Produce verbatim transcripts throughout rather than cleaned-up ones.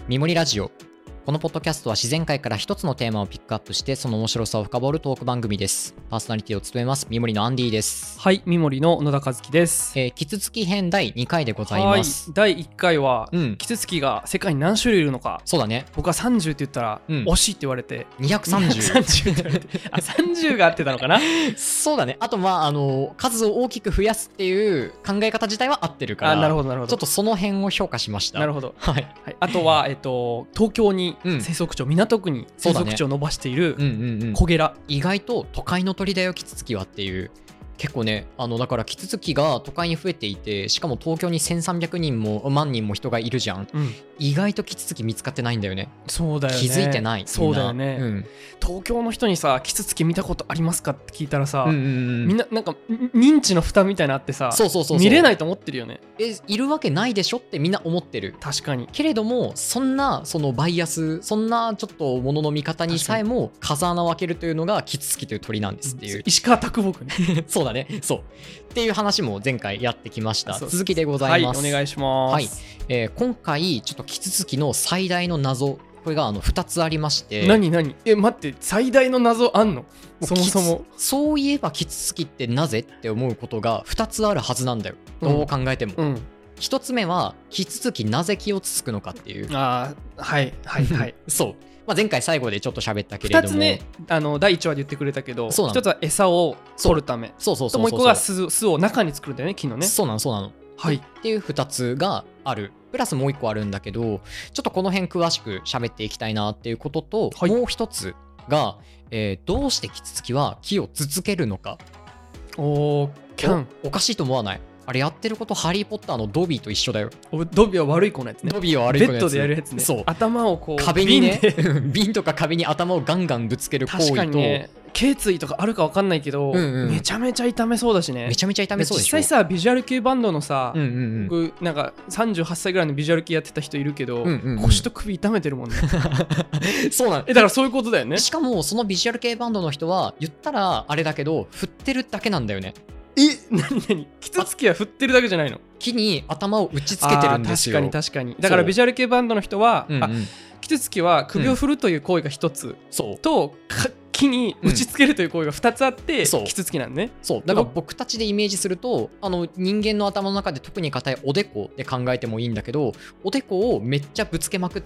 みもりラジオ。このポッドキャストは自然界から一つのテーマをピックアップしてその面白さを深掘るトーク番組です。パーソナリティを務めますみもりのアンディです。 はい、みもりの野田和樹です。 えー、キツツキ編だいにかいでございます。 はい、だいいっかいは、 うん、 キツツキが世界に何種類いるのか。 そうだね。 僕はさんじゅうって言ったら、うん、惜しいって言われてにひゃくさんじゅう。 にひゃくさんじゅうって言われてあ、さんじゅうが合ってたのかな。 そうだね。あとまああの数を大きく増やすっていう考え方自体は合ってるから、 あ、なるほどなるほど。 ちょっとその辺を評価しました。 なるほど。 はい。 はい、あとはえっと東京に生息地を、うん、港区に生息地を伸ばしているコゲラ、 うんうんうん、意外と都会の鳥だよキツツキはっていう。結構ね、あのだからキツツキが都会に増えていて、しかも東京にせんさんびゃくにんも万人も人がいるじゃん、うん、意外とキツツキ見つかってないんだよね。 そうだよね、 気づいてない。 そうだよね、うん、東京の人にさキツツキ見たことありますかって聞いたらさ、うんうんうん、みんななんか認知の蓋みたいなのあってさ、 そうそうそうそう、 見れないと思ってるよね。 えいるわけないでしょってみんな思ってる。 確かに。 けれどもそんなそのバイアス、そんなちょっとものの見方にさえも風穴を開けるというのがキツツキという鳥なんですっていう、 石川啄木ねそうだね、そうっていう話も前回やってきました。続きでございます。 はい、お願いします。 はい、えー、今回ちょっとキツツキの最大の謎、これがあのふたつありまして。 何何え待って、最大の謎あんの？そもそもそういえばキツツキってなぜって思うことがふたつあるはずなんだよ、うん、どう考えても、うん、ひとつめはキツツキなぜ気をつつくのかっていう。 ああ、はいはいはいそう、まあ、前回最後でちょっと喋ったけれども、ふたつね、 あのだいいちわで言ってくれたけど、ひとつは餌を取るため、 そうそうそうそう、 もういっこが 巣, 巣を中に作るんだよね、木のね。 そうなのそうなの、はい、っていうふたつがある。プラスもういっこあるんだけど、ちょっとこの辺詳しく喋っていきたいなっていうことと、はい、もう一つが、えー、どうしてキツツキは木をつつけるのか。 おー、キャン。 おかしいと思わない？あれやってることハリーポッターのドビーと一緒だよ。 ドビーは悪い子のやつね。 ドビーは悪い子のやつ。 ベッドでやるやつね。 そう。 頭をこう壁にね、瓶とか壁に頭をガンガンぶつける行為と。確かにね、 頸椎とかあるか分かんないけど、うんうん、めちゃめちゃ痛めそうだしね。 めちゃめちゃ痛めそうでしょ。 実際さ、ビジュアル系バンドのさ、うんうんうん、僕なんかさんじゅうはっさいぐらいのビジュアル系やってた人いるけど、うんうんうん、腰と首痛めてるもんね。 そうなんえ、だからそういうことだよね。 しかもそのビジュアル系バンドの人は言ったらあれだけど振ってるだけなんだよね。 え、なになに、キツツキは振ってるだけじゃないの？ 木に頭を打ちつけてるんですよ。 確かに確かに。だからビジュアル系バンドの人は、うんうん、あ、キツツキは首を振るという行為が一つ、うん、と木に打ちつけるという行為がふたつあって、うん、キツツキなんね。 そうだから僕たちでイメージすると、あの人間の頭の中で特に硬いおでこで考えてもいいんだけど、おでこをめっちゃぶつけまくって、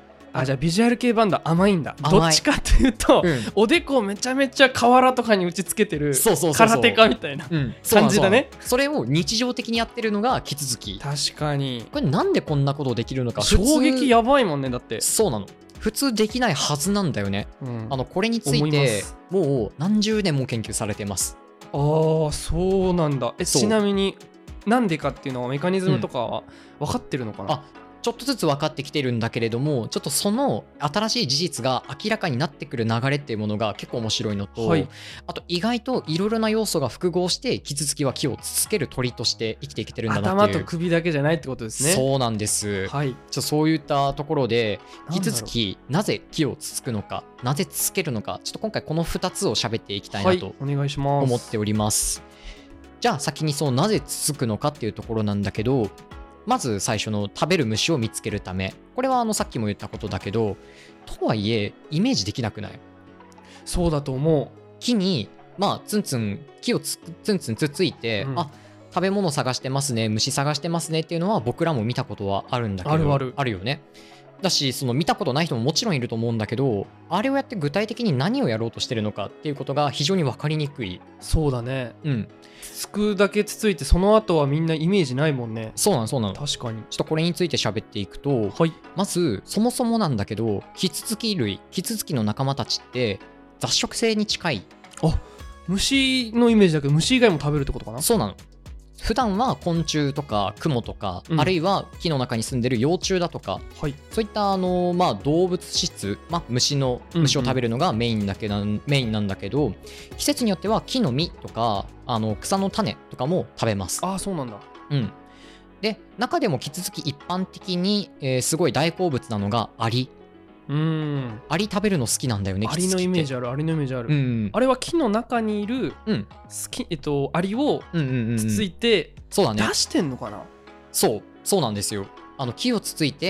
あ、じゃあビジュアル系バンドは甘いんだ。どっちかっていうと、うん、おでこをめちゃめちゃ河原とかに打ちつけてる空手家みたいな感じだね。 それを日常的にやってるのがキツツキ。 確かに。 これなんでこんなことできるのか。 衝撃やばいもんね。だってそうなの、普通できないはずなんだよね、うん、あのこれについてもう何十年も研究されてます。 ああ、そうなんだ。え、ちなみになんでかっていうのはメカニズムとかは分かってるのかな？うん、あ、 ちょっとずつ分かってきてるんだけれども、ちょっとその新しい事実が明らかになってくる流れっていうものが結構面白いのと、はい、あと意外といろいろな要素が複合してキツツキは木をつつける鳥として生きていけてるんだなっていう。 頭と首だけじゃないってことですね。 そうなんです、はい、ちょそういったところでキツツキなぜ木をつつくのか、なぜつつけるのか、ちょっと今回このふたつを喋っていきたいなと思っております。じゃあ先にそうなぜつつくのかっていうところなんだけど、まず最初の食べる虫を見つけるため、これはあのさっきも言ったことだけど、とはいえイメージできなくない？ そうだと思う。 木にまあツンツン木をつツンツンつっついて、うん、あ、食べ物探してますね、虫探してますねっていうのは僕らも見たことはあるんだけど、 あるあるあるよね。だし、その見たことない人ももちろんいると思うんだけど、あれをやって具体的に何をやろうとしてるのかっていうことが非常に分かりにくい。 そうだね。 うん。 つくだけつついてその後はみんなイメージないもんね。 そうなのそうなの。 確かに。 ちょっとこれについて喋っていくと、はい、まずそもそもなんだけど、キツツキ類、キツツキの仲間たちって雑食性に近い。 あ、虫のイメージだけど虫以外も食べるってことかな？ そうなの。普段は昆虫とかクモとか、うん、あるいは木の中に住んでる幼虫だとか、はい、そういったあの、まあ、動物質、まあ、虫の虫を食べるのがメインだけな、うんうん、メインなんだけど、季節によっては木の実とかあの草の種とかも食べます。 ああ、そうなんだ。 うん。で、中でもキツツキ一般的に、えー、すごい大好物なのがアリ。 うーん、 アリ食べるの好きなんだよね。 アリのイメージある。アリのイメージある、うん、あれは木の中にいる、うん、好き、えっと、アリをつついて、 そうだね、 出してんのかな。 そうそうなんですよ。あの木をつついて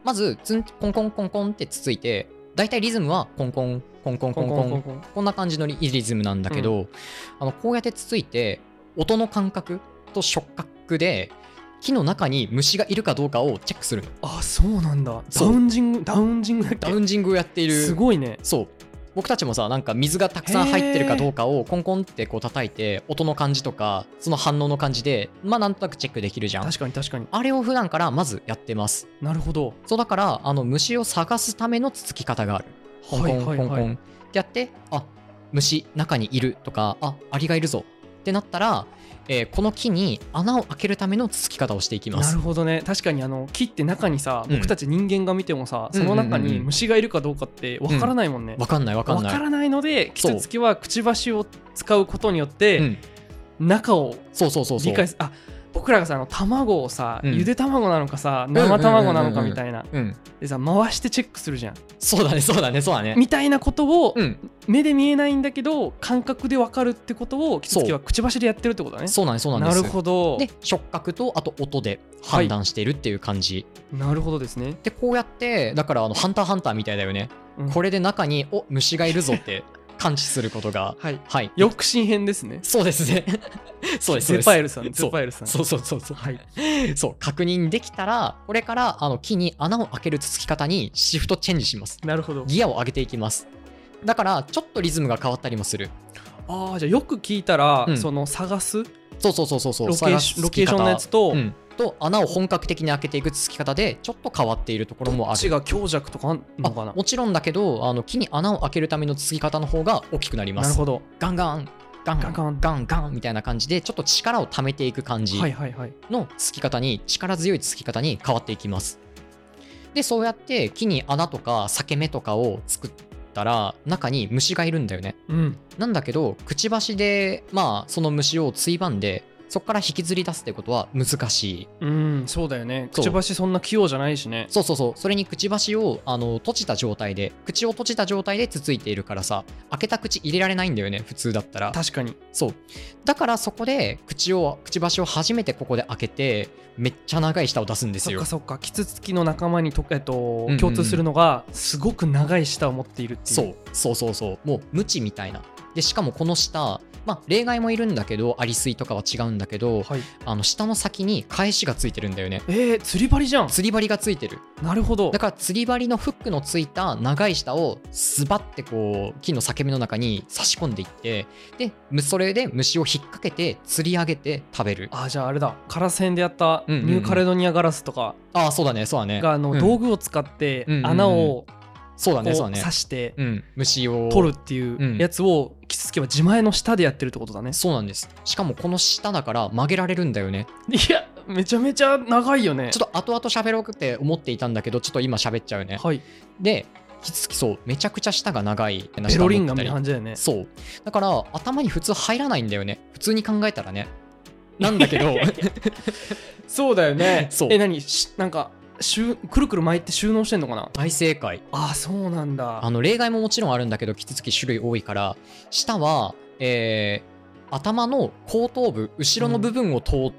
まずツンコンコンコンコンってつついて、だいたいリズムはコンコンコンコンコンコンこんな感じのリズムなんだけど、うん、あのこうやってつついて音の感覚と触覚で木の中に虫がいるかどうかをチェックするの。 あ、そうなんだ。ダウンジングダウンジングだっけ？ ダウンジングをやっている。 すごいね。 そう、僕たちもさ、なんか水がたくさん入ってるかどうかをコンコンってこう叩いて、音の感じとかその反応の感じでまあなんとなくチェックできるじゃん。 確かに確かに。 あれを普段からまずやってます。 なるほど。 そうだから、あの虫を探すためのつつき方がある。コンコンコンコンってやって、あ、虫中にいるとか、あ、アリがいるぞってなったら、えー、この木に穴を開けるためのつつき方をしていきます。 なるほどね。確かにあの木って中にさ、うん、僕たち人間が見てもさ、その中に虫がいるかどうかってわからないもんね。 わ、うん、かんないわかんない。 わからないので、キツツキはくちばしを使うことによって、うん、中を理解する。あ、僕らがさ、あの卵をさ、うん、ゆで卵なのかさ、生卵なのかみたいな、でさ、回してチェックするじゃん。 そうだねそうだねそうだねみたいなことを、うん、目で見えないんだけど感覚で分かるってことをキツツキはくちばしでやってるってことだね。 そうなんですそうなんです。 なるほど。 で触覚とあと音で判断しているっていう感じ、 はい、なるほどですね。 でこうやってだからあのハンターハンターみたいだよね、うん、これで中にお虫がいるぞって感知することがはい、はい、抑止編ですね。 そうですねそうですゼパイルさんゼパイルさんそうそうそうそう、 はい、 そう確認できたらこれからあの木に穴を開けるつつき方にシフトチェンジします。 なるほど。 ギアを上げていきます。だからちょっとリズムが変わったりもする。 ああ、じゃあよく聞いたら、うん、その探すそうそうそうそうそうロケーションのやつと、うんと穴を本格的に開けていくつつき方でちょっと変わっているところもある。 どっちが強弱とかあるのかな。 もちろんだけど、あの木に穴を開けるためのつつき方の方が大きくなります。 なるほど。 ガンガンガンガンガンガンガンみたいな感じでちょっと力を溜めていく感じのつつき方に、力強いつつき方に変わっていきます。でそうやって木に穴とか裂け目とかを作ったら中に虫がいるんだよね、 うん、 なんだけどくちばしでまあその虫をついばんでそこから引きずり出すってことは難しい。 うん、そうだよね。くちばしそんな器用じゃないしね。 そうそうそう。それにくちばしをあの閉じた状態で、口を閉じた状態でつついているからさ、開けた口入れられないんだよね、普通だったら。 確かに。 そう。だからそこで口をくちばしを初めてここで開けて、めっちゃ長い舌を出すんですよ。 そっかそっか。キツツキの仲間にと、えっと、共通するのが、すごく長い舌を持っているっていう。 そう。そうそうそう。もう無知みたいな。でしかもこの舌、まあ、例外もいるんだけどアリスイとかは違うんだけど、はい、あの下の先に返しがついてるんだよね。 えー、釣り針じゃん。 釣り針がついてる。 なるほど。 だから釣り針のフックのついた長い舌をスバッてこう木の裂け目の中に差し込んでいって、でそれで虫を引っ掛けて釣り上げて食べる。 あ、じゃああれだ、カラス編でやったニューカレドニアガラスとか、 うんうんうん、あ、そうだねそうだねがあの、うん、道具を使って穴をそうだねそうだね刺して、 うん、虫を取るっていうやつをキツツキは自前の舌でやってるってことだね。 そうなんです。しかもこの舌だから曲げられるんだよね。 いやめちゃめちゃ長いよね。 ちょっと後々喋ろうって思っていたんだけどちょっと今喋っちゃうね。 はい。 でキツツキそうめちゃくちゃ舌が長い。 ベロリンガみたいな感じだよね。 そうだから頭に普通入らないんだよね、普通に考えたらね。なんだけどそうだよね。そうえ何なんかくるくる巻いて収納してんのかな。 大正解。 ああそうなんだ。 あの例外ももちろんあるんだけどキツツキ種類多いから舌は、えー、頭の後頭部後ろの部分を通って、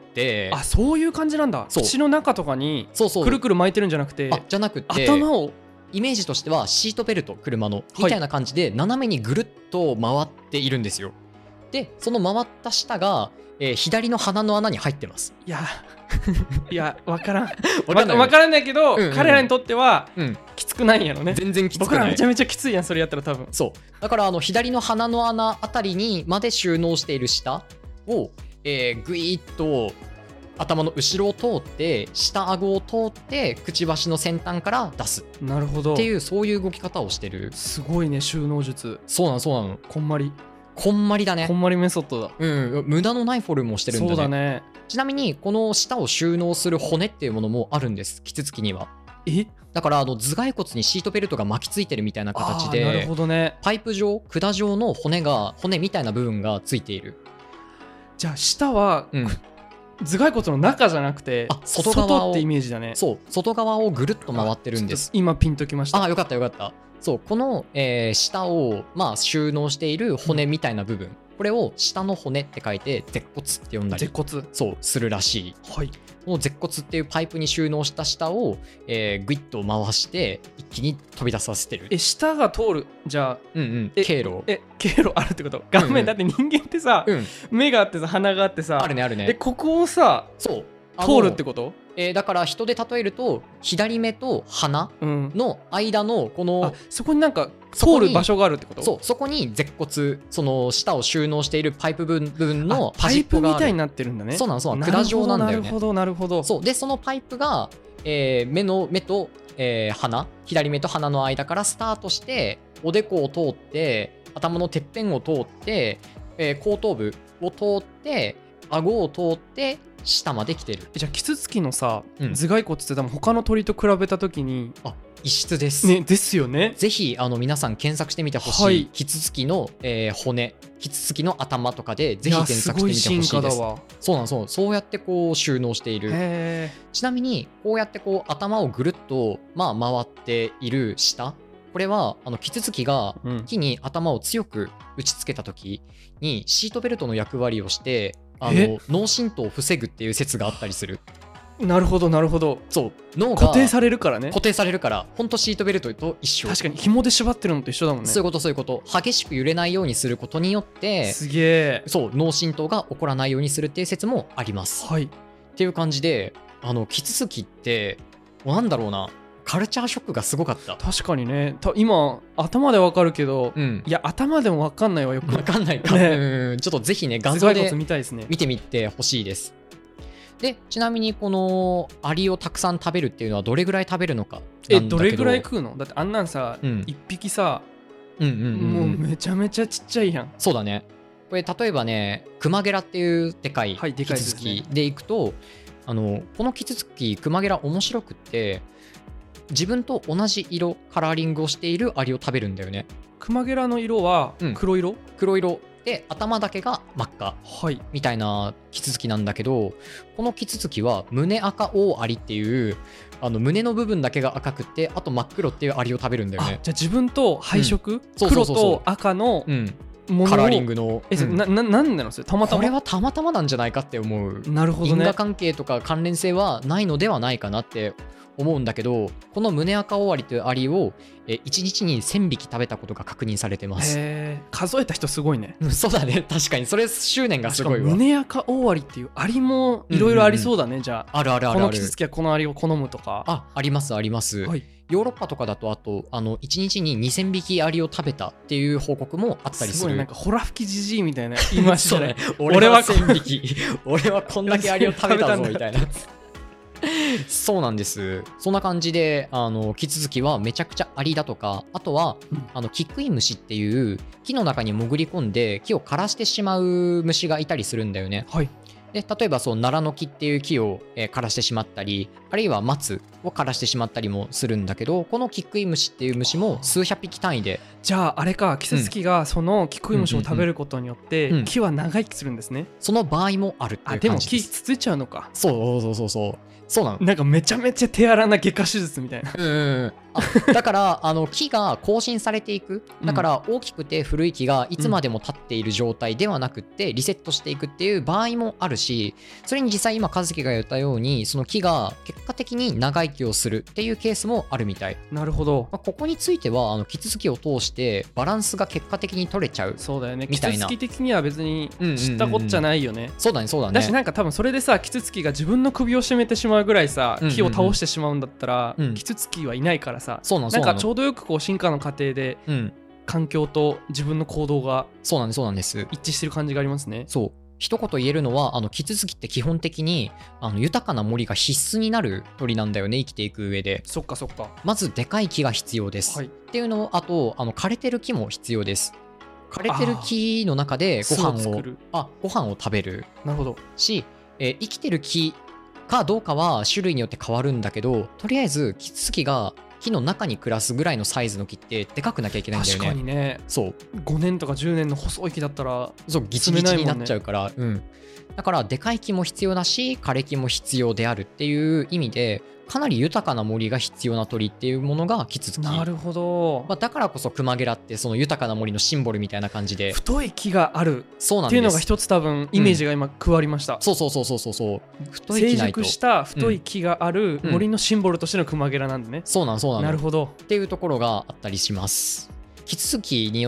うん、あそういう感じなんだ。口の中とかにくるくる巻いてるんじゃなくて、 あじゃなくて頭をイメージとしてはシートベルト車のみたいな感じで斜めにぐるっと回っているんですよ。でその回った舌が、えー、左の鼻の穴に入ってます。 いやいや分からん分からん、分からんないけど、うんうん、彼らにとっては、うん、きつくないんやろね。 全然きつくない。 僕らめちゃめちゃきついやんそれやったら多分。 そうだからあの左の鼻の穴あたりにまで収納している舌を、えー、ぐいっと頭の後ろを通って下顎を通ってくちばしの先端から出す。 なるほど。 っていうそういう動き方をしてる。 すごいね収納術。 そうなのそうなの。 こんまりこんまりだね。 こんまりメソッドだ。 うん、無駄のないフォルムをしてるんだね。 そうだね。 ちなみにこの舌を収納する骨っていうものもあるんです、キツツキには。 えだからあの頭蓋骨にシートベルトが巻きついてるみたいな形で、 なるほどね、 パイプ状管状の骨が骨みたいな部分がついている。 じゃあ舌は、うん、頭蓋骨の中じゃなくてあ 外, 側外ってイメージだね。 そう外側をぐるっと回ってるんです。 今ピンときました。 あよかったよかった。そうこの、えー、舌を、まあ、収納している骨みたいな部分、うん、これを下の骨って書いて舌骨って呼んだり舌骨そうするらしい。 はい。 この舌骨っていうパイプに収納した下を、えー、グイッと回して一気に飛び出させてる。 え下が通るじゃあ、 うんうん、経路え経路あるってこと？顔面、うんうん、だって人間ってさ、うん、目があってさ鼻があってさあるねあるね。 でここをさそう通るってこと？ えー、だから人で例えると左目と鼻の間のこの、 うん、あそこになんか通る場所があるってこと？ そうそこに舌骨その舌を収納しているパイプ部分の端っこがある。 パイプみたいになってるんだね。 そうなのそうなの管状なんだよね。 なるほどなるほど。 そうでそのパイプが、えー、目の目と、えー、鼻左目と鼻の間からスタートしておでこを通って頭のてっぺんを通って、えー、後頭部を通って顎を通って下まで来てる。 じゃあキツツキのさ、うん、頭蓋骨って多分他の鳥と比べた時にあ異質です、 ね、ですよね。 ぜひあの皆さん検索してみてほしい、はい、キツツキの、えー、骨キツツキの頭とかでぜひ検索してみてほしいです。 すごい進化だわ。 そうなんそうそうやってこう収納している。 へちなみにこうやってこう頭をぐるっと、まあ、回っている下これはあのキツツキが木に頭を強く打ちつけた時にシートベルトの役割をしてあの脳震盪を防ぐっていう説があったりする。 なるほどなるほど。 そう脳が固定されるからね。 固定されるからほんとシートベルトと一緒。 確かに紐で縛ってるのと一緒だもんね。 そういうことそういうこと。激しく揺れないようにすることによってすげえそう脳震盪が起こらないようにするっていう説もあります。 はい。 っていう感じであのキツツキってなんだろうなカルチャーショックがすごかった。 確かにね。た今頭でわかるけど、うん、いや頭でもわかんないわよく。 わかんないか、ね、うんちょっとぜひね画像で見てみてほしいです。でちなみにこのアリをたくさん食べるっていうのはどれぐらい食べるのかなんだけど。 えどれぐらい食うの？だってあんなんさ、うん、いっぴきさ、うんうんうんうん、もうめちゃめちゃちっちゃいやん。 そうだね。これ例えばねクマゲラっていうでかいキツツキでいくと、はいね、あのこのキツツキクマゲラ面白くって自分と同じ色カラーリングをしているアリを食べるんだよね。 クマゲラの色は黒色、うん、 黒色で頭だけが真っ赤、はい、みたいなキツツキなんだけどこのキツツキは胸赤大アリっていうあの胸の部分だけが赤くってあと真っ黒っていうアリを食べるんだよね。 じゃあ自分と配色、うん、黒と赤の、うんカラーリングのえ、うん、な, な, なんなのそれたまたまこれはたまたまなんじゃないかって思う。 なるほどね。 因果関係とか関連性はないのではないかなって思うんだけどこの胸赤オオアリというアリをえいちにちにせんびき食べたことが確認されてます。 へー数えた人すごいね。 そうだね確かにそれ執念がすごいわ。 胸赤オオアリっていうアリもいろいろありそうだね、うんうんうん、じゃああるあるあるある。 このキツツキはこのアリを好むとか。 あありますあります、はい、ヨーロッパとかだとあとあのいちにちににせんびきアリを食べたっていう報告もあったりする。 すごいなんかホラ吹きじじいみたいな言いましたね俺はせんびき俺はこんだけアリを食べたぞみたいなそうなんです。そんな感じであのキツツキはめちゃくちゃアリだとかあとは、うん、あのキクイムシっていう木の中に潜り込んで木を枯らしてしまう虫がいたりするんだよね。 はい。 で例えばそうナラの木っていう木を、えー、枯らしてしまったりあるいは松を枯らしてしまったりもするんだけどこのキクイムシっていう虫も数百匹単位で。 じゃああれかキツツキがそのキクイムシを食べることによって、うん、木は長生きするんですね、うん、 その場合もあるっていう感じです。あでも木つついちゃうのか。 そうそうそうそうそうなの。 なんかめちゃめちゃ手荒な外科手術みたいな。 うんうんあだからあの木が更新されていく。だから大きくて古い木がいつまでも立っている状態ではなくってリセットしていくっていう場合もあるしそれに実際今和樹が言ったようにその木が結果的に長生きをするっていうケースもあるみたい。 なるほど、 まあ、ここについてはあのキツツキを通してバランスが結果的に取れちゃう。 そうだよね。 みたいなキツツキ的には別に知ったこっちゃないよね、うんうんうん、 そうだねそうだね。 だしなんか多分それでさキツツキが自分の首を絞めてしまうぐらいさ木を倒してしまうんだったら、うんうんうん、キツツキはいないからさ、 そうなのなんかちょうどよくこう進化の過程で、うん、環境と自分の行動がそうなんですそうなんです一致してる感じがありますね。 そう一言言えるのはあのキツツキって基本的にあの豊かな森が必須になる鳥なんだよね生きていく上で。 そっかそっか。 まずでかい木が必要です、はい、っていうのをあとあの枯れてる木も必要です。枯れてる木の中でご飯をあご飯を食べる。 なるほどし、えー、生きてる木かどうかは種類によって変わるんだけどとりあえずキツツキが木の中に暮らすぐらいのサイズの木ってでかくなきゃいけないんだよね。 確かにね。 そうごねんとかじゅうねんの細い木だったらそうギチギチになっちゃうから、うん、だからでかい木も必要だし枯れ木も必要であるっていう意味でかなり豊かな森が必要な鳥っていうものがキツツキ。 なるほど、 まあ、だからこそクマゲラってその豊かな森のシンボルみたいな感じで太い木があるそうなんですっていうのが一つ多分イメージが今加わりました、 うん、そうそうそうそうそうそう太い木ないと成熟した太い木がある森のシンボルとしてのクマゲラなんでね、うん、 そうなんそうなんなるほどっていうところがあったりします。キツツキによって、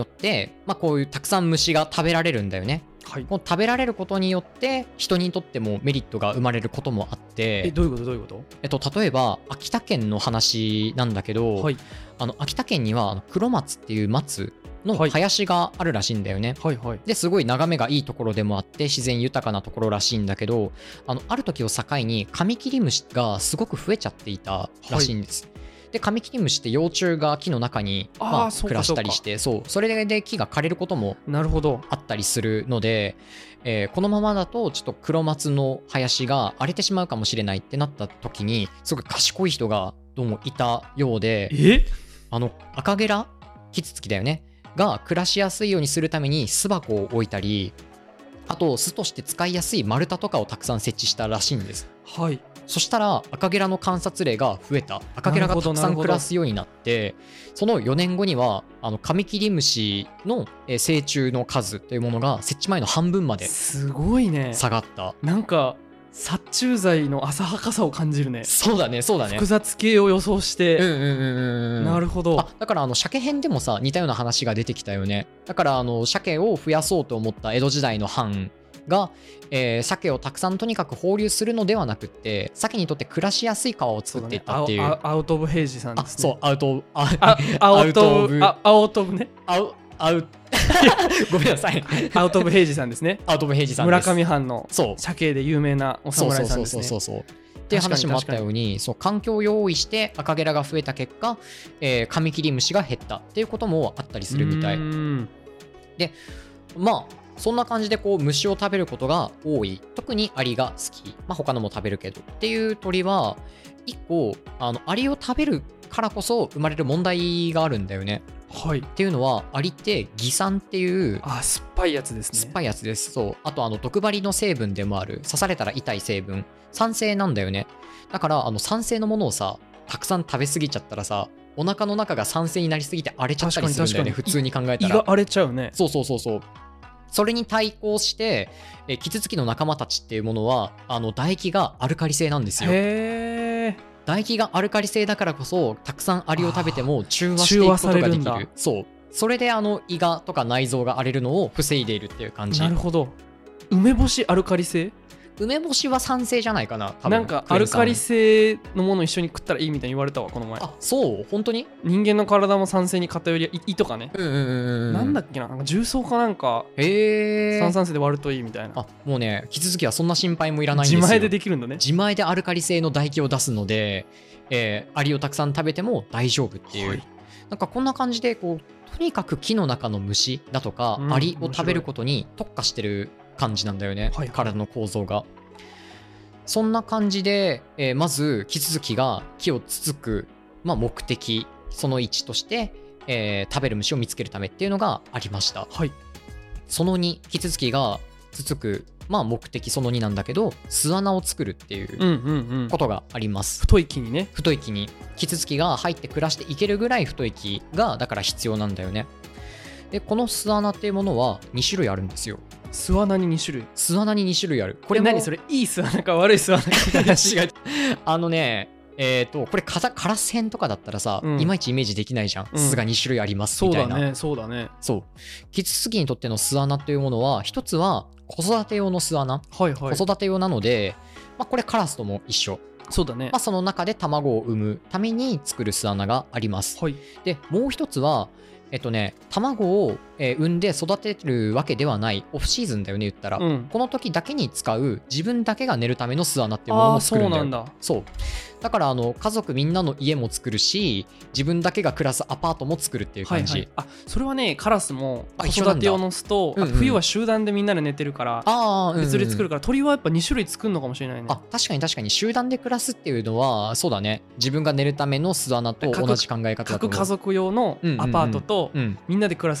まあ、こういうたくさん虫が食べられるんだよね。はい、この食べられることによって人にとってもメリットが生まれることもあって。 えどういうことどういうこと？ えっと例えば秋田県の話なんだけど、はい、あの秋田県にはあの黒松っていう松の林があるらしいんだよね。はいはいはい、ですごい眺めがいいところでもあって自然豊かなところらしいんだけど、あのある時を境にカミキリムシがすごく増えちゃっていたらしいんです。はい、でカミキリムシって幼虫が木の中にまあ暮らしたりして、そうそれで木が枯れることもあったりするので、えー、このままだとちょっと黒松の林が荒れてしまうかもしれないってなった時にすごい賢い人がどうもいたようで、 えあの赤ゲラキツツキだよねが暮らしやすいようにするために巣箱を置いたり、あと巣として使いやすい丸太とかをたくさん設置したらしいんです。はい、そしたら赤ゲラの観察例が増えた。赤ゲラがたくさん暮らすようになって、そのよねんごにはあのカミキリムシの成虫の数というものが設置前の半分まですごいね下がった。 なんか殺虫剤の浅はかさを感じるね。 そうだねそうだね。 複雑系を予想して。 うんうんうんうん。 なるほど。 あだからあの鮭編でもさ似たような話が出てきたよね。だからあの鮭を増やそうと思った江戸時代の藩が、えー、鮭をたくさんとにかく放流するのではなくって鮭にとって暮らしやすい川を作っていったっていう。 そうだね、アウト・オブ・ヘイジさんですね。 あそうアウトあアウト・オブアウト・オブねアウアウごめんなさいアウト・オブ・ヘイジさんですね。 アウト・オブ・ヘイジさんです。 村上藩の鮭で有名なお侍さんですね。 そうそうそうそうそうっていう話もあったように、そう環境を用意して赤ゲラが増えた結果、えー、カミキリムシが減ったっていうこともあったりするみたいで、まあそんな感じでこう虫を食べることが多い。特にアリが好き、まあ、他のも食べるけどっていう鳥は一個あのアリを食べるからこそ生まれる問題があるんだよね。はい、っていうのはアリってギ酸っていうあ酸っぱいやつですね。 酸っぱいやつです。そうあとあの毒針の成分でもある刺されたら痛い成分酸性なんだよね。だからあの酸性のものをさたくさん食べ過ぎちゃったらさお腹の中が酸性になりすぎて荒れちゃったりするんだよね。普通に考えたら胃が荒れちゃうね。 そうそうそうそう。それに対抗してえキツツキの仲間たちっていうものはあの唾液がアルカリ性なんですよ。 へー。 唾液がアルカリ性だからこそたくさんアリを食べても中和していくことができる。そうそれであの胃がとか内臓が荒れるのを防いでいるっていう感じ。 なるほど。梅干しアルカリ性？ 梅干しは酸性じゃないかな。 なんかアルカリ性のもの一緒に食ったらいいみたいに言われたわこの前。 あそう本当に？ 人間の体も酸性に偏り胃とかね。 うんうんうん。 なんだっけな、なんか重曹かなんか。 へえ。 炭酸水で割るといいみたいな。 あもうねキツツキはそんな心配もいらないんですよ。 自前でできるんだね。 自前でアルカリ性の唾液を出すので、えー、アリをたくさん食べても大丈夫っていう。はい、なんかこんな感じでこうとにかく木の中の虫だとか、うん、アリを食べることに特化してる感じなんだよね。はい、体の構造が。そんな感じで、えー、まずキツツキが木をつつく、まあ、目的そのいちとして、えー、食べる虫を見つけるためっていうのがありました。はい、そのにキツツキがつつく、まあ、目的そのになんだけど巣穴を作るっていうことがあります。 うんうんうん、太い木にね。 太い木にキツツキが入って暮らしていけるぐらい太い木がだから必要なんだよね。でこの巣穴っていうものはに種類あるんですよ。 巣穴にに種類。 巣穴にに種類ある。 これ何それ、いい巣穴か悪い巣穴かみたいな違うあのねえっ、ー、とこれカラス編とかだったらさ、うん、いまいちイメージできないじゃん。巣がに種類ありますみたいな。 そうだねそうだね。 そうキツツキにとっての巣穴というものは一つは子育て用の巣穴、はいはい、子育て用なので、まあ、これカラスとも一緒。 そうだね。 まあ、その中で卵を産むために作る巣穴があります。はい、でもう一つはえっとね、卵を、えー、産んで育てるわけではないオフシーズンだよね言ったら、うん、この時だけに使う自分だけが寝るための巣穴っていうものも作るんだよ。そうなんだ。そうだからあの家族みんなの家も作るし自分だけが暮らすアパートも作るっていう感じ。はいはい、 あそれはねカラスも子育て用の巣と、うんうん、冬は集団でみんなで寝てるからあ別々作るから、うんうん、鳥はやっぱに種類作るのかもしれないね。あ確かに確かに集団で暮らすっていうのはそうだね。自分が寝るための巣穴と同じ考え方だと思う。 各家族用のアパートと、うんうんうん、みんなで暮らす集合住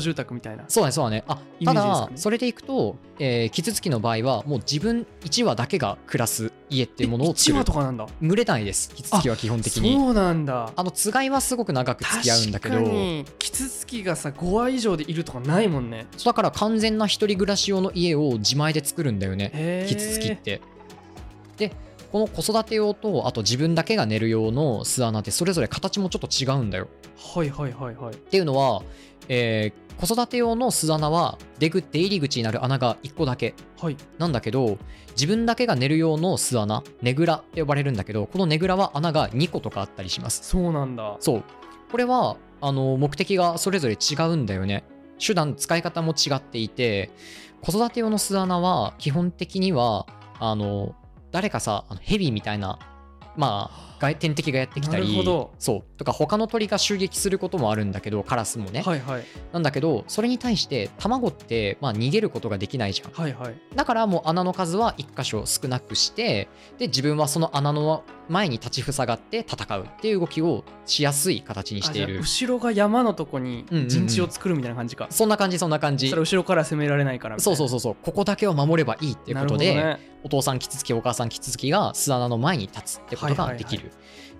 住宅みたいな。 そうだねそうだね。あ、ただそれでいくと、えー、キツツキの場合はもう自分いちわだけが暮らす家っていうものを作る。 いちわとかなんだ。 群れないです、キツツキは基本的に。 そうなんだ。 あのつがいはすごく長く付き合うんだけど、 確かにキツツキがさごわ以上でいるとかないもんね。 だから完全な一人暮らし用の家を自前で作るんだよね、キツツキって。でこの子育て用とあと自分だけが寝る用の巣穴ってそれぞれ形もちょっと違うんだよ。 はいはいはいはい。 っていうのは、えー、子育て用の巣穴は出ぐ出入り口になる穴がいっこだけなんだけど、はい、自分だけが寝る用の巣穴、ねぐらって呼ばれるんだけど、このねぐらは穴がにことかあったりします。 そうなんだ。 そう。これはあの目的がそれぞれ違うんだよね。手段使い方も違っていて、子育て用の巣穴は基本的にはあの誰かさ、ヘビみたいな、まあ、外天敵がやってきたり、そうとか他の鳥が襲撃することもあるんだけど、カラスもね、 はいはい、 なんだけどそれに対して卵って、まあ、逃げることができないじゃん、 はいはい、 だからもう穴の数はいっ箇所少なくして、で自分はその穴の前に立ちふさがって戦うっていう動きをしやすい形にしている。 後ろが山のとこに陣地を作るみたいな感じか、 うんうんうん、そんな感じそんな感じ。 それ後ろから攻められないからみたいな。 そうそうそうそう、ここだけを守ればいいっていうことで、ね、お父さんキツツキお母さんキツツキが巣穴の前に立つってことができる、はいはいはい、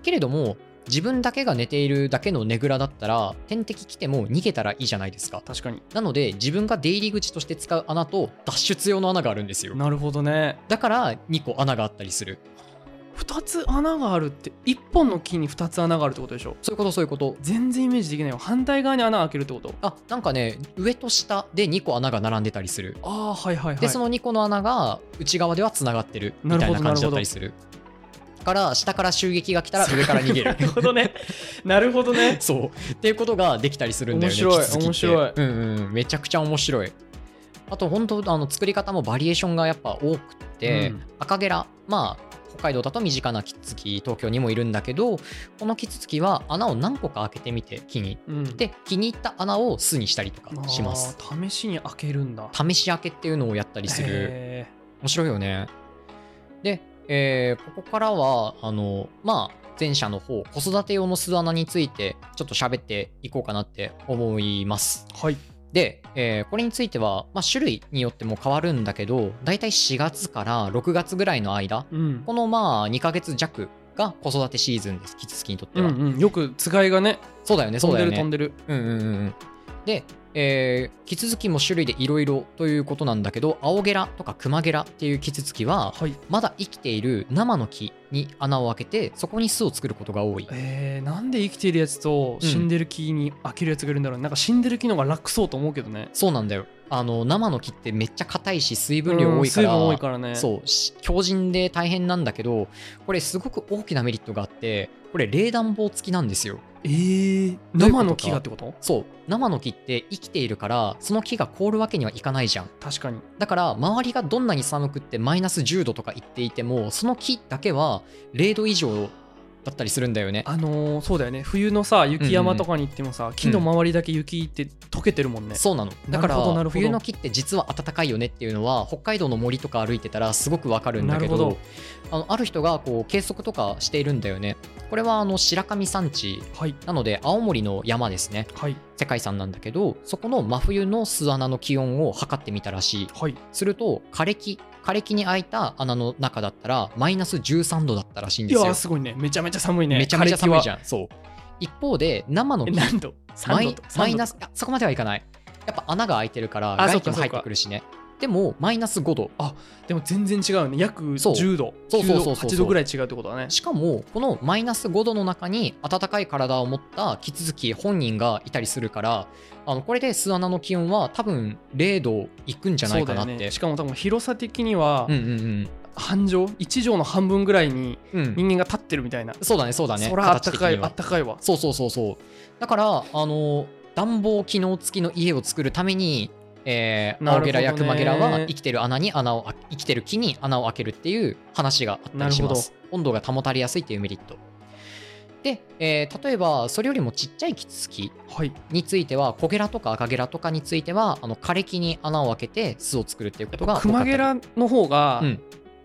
けれども自分だけが寝ているだけのねぐらだったら天敵来ても逃げたらいいじゃないですか。 確かに。 なので自分が出入り口として使う穴と脱出用の穴があるんですよ。 なるほどね。 だからにこ穴があったりする。 ふたつ穴があるっていっぽんの木にふたつ穴があるってことでしょ。 そういうことそういうこと。 全然イメージできないよ。反対側に穴開けるってこと。 あ、なんかね上と下でにこ穴が並んでたりする。 ああはいはいはい。 でそのにこの穴が内側ではつながってるみたいな感じだったりする。から下から襲撃が来たら上から逃げる。 なるほどね。なるほどね。 そうっていうことができたりするんだよね。 面白い面白い。 うんうん、めちゃくちゃ面白い。あと本当あの作り方もバリエーションがやっぱ多くて、うん、赤ゲラ、まあ北海道だと身近なキツツキ、東京にもいるんだけど、このキツツキは穴を何個か開けてみて木に、うん、で気に入った穴を巣にしたりとかします。 試しに開けるんだ。 試し開けっていうのをやったりする。面白いよね。でえー、ここからはあのまあ前者の方子育て用の巣穴についてちょっと喋っていこうかなって思います。 はい。 で、えー、これについては、まあ、種類によっても変わるんだけど、だいたいしがつからろくがつぐらいの間、うん、このまあにかげつ弱が子育てシーズンです、キツツキにとっては。 うんうん、よくつがいがね、 そうだよね、そうだよね。 飛んでる飛んでる。 うんうんうん。で、えー、キツツキも種類でいろいろということなんだけど、アオゲラとかクマゲラっていうキツツキは、はい、まだ生きている生の木に穴を開けてそこに巣を作ることが多い。 えー、なんで生きているやつと死んでる木に開けるやつがいるんだろう、うん、なんか死んでる木の方が楽そうと思うけどね。 そうなんだよ。あの生の木ってめっちゃ硬いし水分量多いから、 うん、水分多いからね。 そう強靭で大変なんだけど、これすごく大きなメリットがあって、これ冷暖房付きなんですよ。 えー、生の木がってこと？ そう、生の木って生きているからその木が凍るわけにはいかないじゃん。 確かに。 だから周りがどんなに寒くってマイナスじゅうどとかいっていても、その木だけはれいど以上だったりするんだよね。 あのー、そうだよね。冬のさ雪山とかに行ってもさ、うんうん、木の周りだけ雪って溶けてるもんね、うん、 そうなの。だから冬の木って実は暖かいよねっていうのは北海道の森とか歩いてたらすごくわかるんだけ ど, どあのある人がこう計測とかしているんだよね。これはあの白神山地、はい、なので青森の山ですね、はい、世界遺産なんだけど、そこの真冬の巣穴の気温を測ってみたらしい、はい、すると枯れ木枯れ木に開いた穴の中だったらマイナスじゅうさんどだったらしいんですよ。 いやすごいね。めちゃめちゃ寒いね。 めちゃめちゃ寒いじゃん。そう。一方で生の木何度マイマイナスあそこまではいかない。やっぱ穴が開いてるから外気も入ってくるしね。でもマイナスごど。 あでも全然違うね。約じゅうど、 そうそうそうそうそうはちどぐらい違うってことだね。 しかもこのマイナスごどの中に暖かい体を持ったキツツキ本人がいたりするから、あのこれで巣穴の気温は多分れいどいくんじゃないかなって。 ね、しかも多分広さ的には、 うんうんうん、 半畳いち畳の半分ぐらいに人間が立ってるみたいな、 うん、そうだねそうだね。 そらあったかいあったかいわ。 そうそうそうそう。だからあの暖房機能付きの家を作るために、えー、青ゲラやクマゲラは生きてる穴に穴を生きてる木に穴を開けるっていう話があったりします。温度が保たれやすいっていうメリットで、えー、例えばそれよりもちっちゃいキツツキについては、はい、コゲラとか赤ゲラとかについてはあの枯れ木に穴を開けて巣を作るっていうことが多かった。 クマゲラの方が、うん、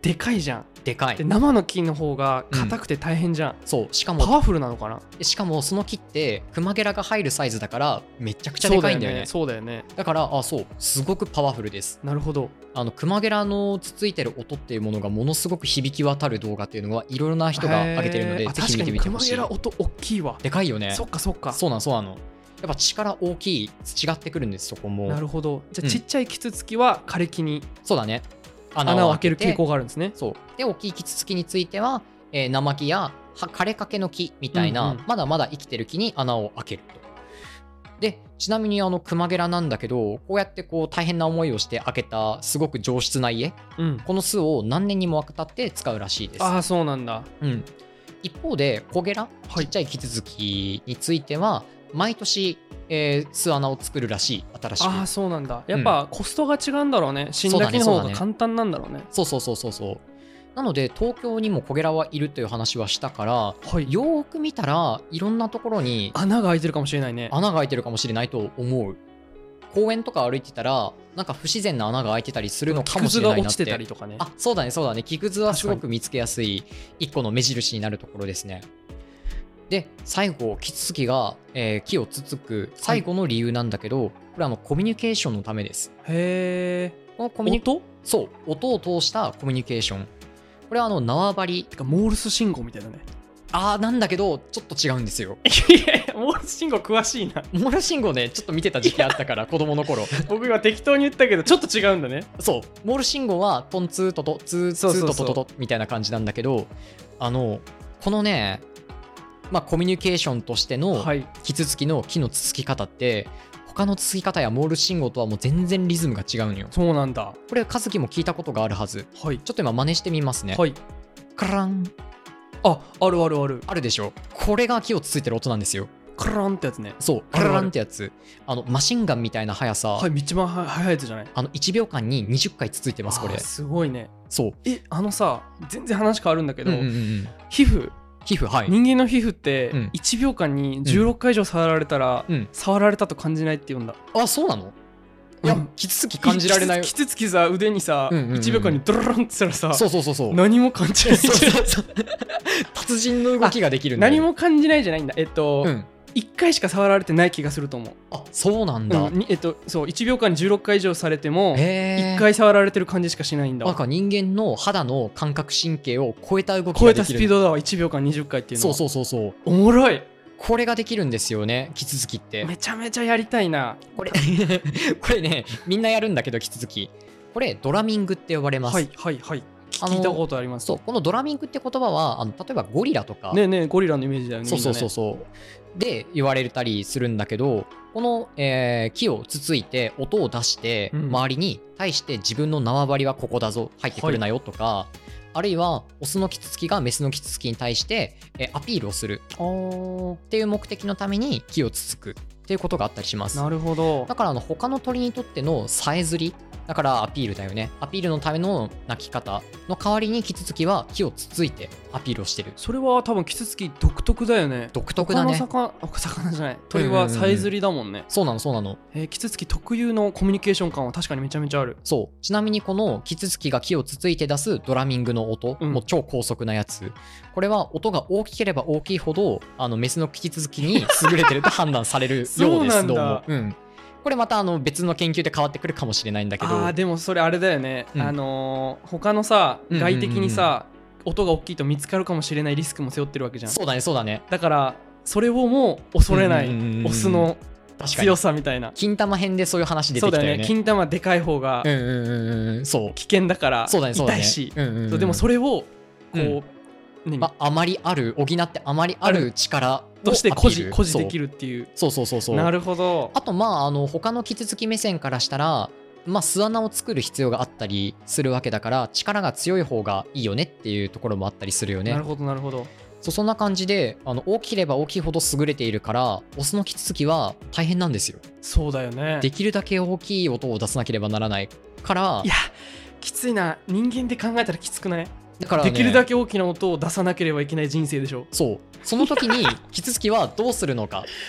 でかいじゃん。 でかい。 で生の木の方が硬くて大変じゃん、うん、 そうしかもパワフルなのかな。 しかもその木ってクマゲラが入るサイズだからめちゃくちゃでかいんだよね。 そうだよね。そうだよね。 だからあそうすごくパワフルです。 なるほど。 あのクマゲラのつついてる音っていうものがものすごく響き渡る動画っていうのはいろいろな人が上げてるのでぜひ見てみてほしい。 クマゲラ音大きいわ。 でかいよね。 そっかそっか。 そうなのそうなの。やっぱ力大きい違ってくるんですそこも。 なるほど。じゃあちっちゃいキツツキは枯れ木に、 うん、そうだね穴を開ける傾向があるんですね。 そうで大きいキツツキについては、えー、生木や枯れかけの木みたいな、うんうん、まだまだ生きてる木に穴を開けると。でちなみにあのクマゲラなんだけどこうやってこう大変な思いをして開けたすごく上質な家、うん、この巣を何年にもわたって使うらしいです。 ああそうなんだ。 うん。一方でコゲラ、はい、ちっちゃいキツツキについては毎年えー、巣穴を作るらしい新しく。 ああそうなんだ。やっぱコストが違うんだろうね、うん、死んだ木の方が簡単なんだろうね。 そうそうそうそうそうなので東京にもコゲラはいるという話はしたから、はい、よーく見たらいろんなところに穴が開いてるかもしれないね。 穴が開いてるかもしれないと思う。公園とか歩いてたらなんか不自然な穴が開いてたりするのかもしれないなって。木くずが落ちてたりとかね。あそうだねそうだね木くずはすごく見つけやすい一個の目印になるところですね。で最後キツツキが、えー、木をつつく最後の理由なんだけど、はい、これあのコミュニケーションのためです。 へえ。 このコミュニ音そう音を通したコミュニケーション。これはあの縄張りてかモールス信号みたいなね。 あーなんだけどちょっと違うんですよ。 いやいやモールス信号詳しいな。 モールス信号ねちょっと見てた時期あったから子供の頃僕今適当に言ったけどちょっと違うんだね。 そうモールス信号はトンツートトツーツートトトトみたいな感じなんだけどあのこのねまあ、コミュニケーションとしてのキツツキの木のつつき方って他のつつき方やモールス信号とはもう全然リズムが違うのよ。 そうなんだ。 これ和樹も聞いたことがあるはず、 はい、 ちょっと今真似してみますね。 はい、 カラン。 ああるあるあるあるでしょ。これが木をつついてる音なんですよ。 カランってやつね。 そうカランってやつ。あのマシンガンみたいな速さ。 はい一番速いやつじゃない。 あのいちびょうかんににじゅっかいつついてますこれ。 すごいね。 そうえあのさ全然話変わるんだけど、うんうんうん、皮膚皮膚、はい、 人間の皮膚っていちびょうかんにじゅうろっかい以上触られたら、うん、触られたと感じないって言うんだ。 あそうなの。いや、うん、キツツキ感じられないよ。 キツツキさ腕にさ、うんうんうん、いちびょうかんにドロロンってしたらさそうそうそうそう何も感じないじゃん。 達人の動きができるんだよ。 何も感じないじゃないんだ。えっと、うんいっかいしか触られてない気がすると思う。 あそうなんだ、 うんえっと、そういちびょうかんにじゅうろっかい以上されてもいっかい触られてる感じしかしないんだ。 なんか人間の肌の感覚神経を超えた動きができる。 超えたスピードだわいちびょうかんにじゅっかいっていうのは。 そうそうそうそうおもろい。 これができるんですよねキツツキって。 めちゃめちゃやりたいなこれこれねみんなやるんだけどキツツキこれドラミングって呼ばれます。 はいはいはい聞いたことあります。 そうこのドラミングって言葉はあの例えばゴリラとかねえねえゴリラのイメージだよね。 そうそうそうそうで言われたりするんだけどこの、えー、木をつついて音を出して、うん、周りに対して自分の縄張りはここだぞ入ってくるなよとか、はい、あるいはオスのキツツキがメスのキツツキに対して、えー、アピールをするっていう目的のために木をつつくっていうことがあったりします。 なるほど。 だからあの他の鳥にとってのさえずりだからアピールだよね。アピールのための鳴き方の代わりにキツツキは木をつついてアピールをしてる。 それは多分キツツキ独特だよね。 独特だね。 他の魚、魚じゃない鳥はさえずりだもんね、うんうんうん、 そうなのそうなの、 えー、キツツキ特有のコミュニケーション感は確かにめちゃめちゃある。 そうちなみにこのキツツキが木をつついて出すドラミングの音、うん、もう超高速なやつこれは音が大きければ大きいほどあのメスのキツツキに優れてると判断されるようです。そうなんだ。どうも、うんこれまたあの別の研究で変わってくるかもしれないんだけど。 あーでもそれあれだよね、うん、あのー、他のさ外的にさ、うんうんうん、音が大きいと見つかるかもしれないリスクも背負ってるわけじゃん。 そうだねそうだね。 だからそれをもう恐れないオスの強さみたいな。 金玉編でそういう話出てきたよね。 そうだよね金玉でかい方が危険だから痛いし、でもそれをこう、うんまあ、あまりある補ってあまりある力として誇示誇示できるっていう。 そうそうそうそう。 なるほど。 あとまああの他のキツツキ目線からしたらまあ巣穴を作る必要があったりするわけだから力が強い方がいいよねっていうところもあったりするよね。 なるほどなるほど。 そうそんな感じであの大きければ大きいほど優れているからオスのキツツキは大変なんですよ。 そうだよね。 できるだけ大きい音を出さなければならないから。 いやきついな。人間で考えたらきつくない？ だからね、 できるだけ大きな音を出さなければいけない人生でしょ。 そうその時にキツツキはどうするのか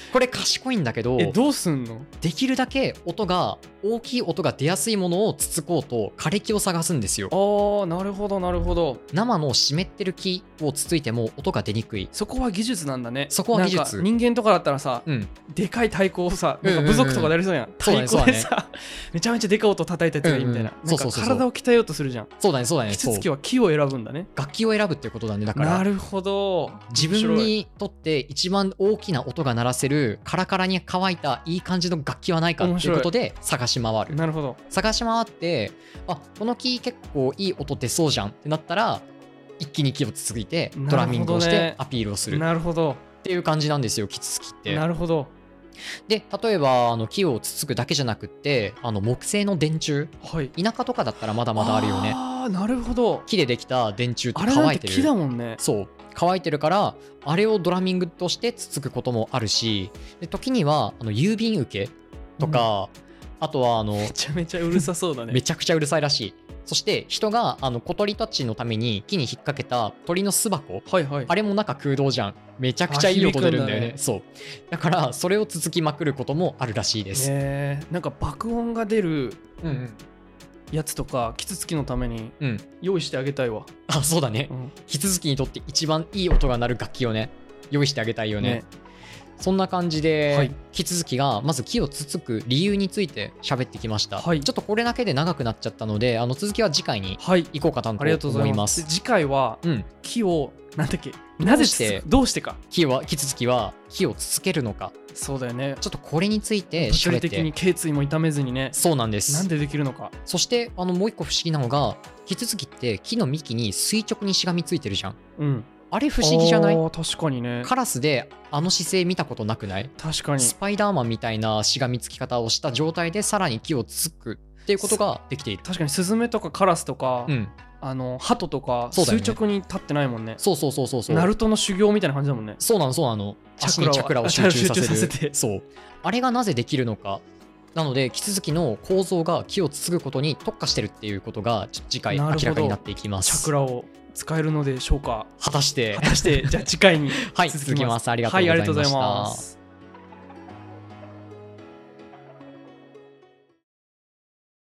これ賢いんだけど、 えどうすんの？ できるだけ音が大きい音が出やすいものをつつこうと枯れ木を探すんですよ。 あー、なるほどなるほど。 生の湿ってる木をつついても音が出にくい。 そこは技術なんだね。 そこは技術。 人間とかだったらさ、うん、でかい太鼓をさ、なんか部族とかでやりそうやん、うんうんうん、太鼓でさ、ね、めちゃめちゃでかい音叩いたやつがいいみたいな、うんうん、なんか体を鍛えようとするじゃん。 そうだねそうだね。 キツツキは木を選ぶんだね。 楽器を選ぶってことだね。だからなるほど。 自分にとって一番大きな音が鳴らせるカラカラに乾いたいい感じの楽器はないかっていうことで探し回る。 なるほど。 探し回って、あ、この木結構いい音出そうじゃんってなったら一気に木をつついてドラミングをしてアピールをする。 なるほどっていう感じなんですよ、キツツキって。 なるほど。 で例えばあの木をつつくだけじゃなくってあの木製の電柱、はい、田舎とかだったらまだまだあるよね。 あー、なるほど。 木でできた電柱って乾いてる。 あれなんて木だもんね。 そう乾いてるからあれをドラミングとしてつつくこともあるし、で時にはあの郵便受けとか、うん、あとはあのめちゃめちゃうるさそうだね。 めちゃくちゃうるさいらしい。そして人があの小鳥たちのために木に引っ掛けた鳥の巣箱、はいはい、あれも中空洞じゃん。めちゃくちゃいい音出るんだよね。そうだからそれをつつきまくることもあるらしいです。 へー、なんか爆音が出るやつとかキツツキのために用意してあげたいわ。 うん、あ、そうだね、うん、キツツキにとって一番いい音が鳴る楽器をね用意してあげたいよね。ね、そんな感じで、はい、木続きがまず木をつつく理由について喋ってきました、はい、ちょっとこれだけで長くなっちゃったのであの続きは次回に行こうかなと思います、はい、ありがとうございます。 次回は、うん、木をなんだっけなぜしてどうしてか木は木続きは木をつつけるのか。 そうだよね。 ちょっとこれについて物理的に頸椎も痛めずにね。 そうなんです。 なんでできるのか。 そしてあのもう一個不思議なのが木続きって木の幹に垂直にしがみついてるじゃん。うん。あれ不思議じゃない？ あ、確かにね。 カラスであの姿勢見たことなくない？ 確かに。 スパイダーマンみたいなしがみつき方をした状態でさらに木をつくっていうことができている。 確かにスズメとかカラスとか、うん、あのハトとか垂直に立ってないもんね。 そうそうそうそうそう。 ナルトの修行みたいな感じだもんね。 そうなのそうなの。足にチャクラを集中させる。させてそう。あれがなぜできるのか。なので木続きの構造が木をつつぐことに特化してるっていうことがちょっと次回明らかになっていきます。 チャクラを使えるのでしょうか。 果たして果たしてじゃあ次回にはい続きます。ありがとうございました。はい、ありがとうございます。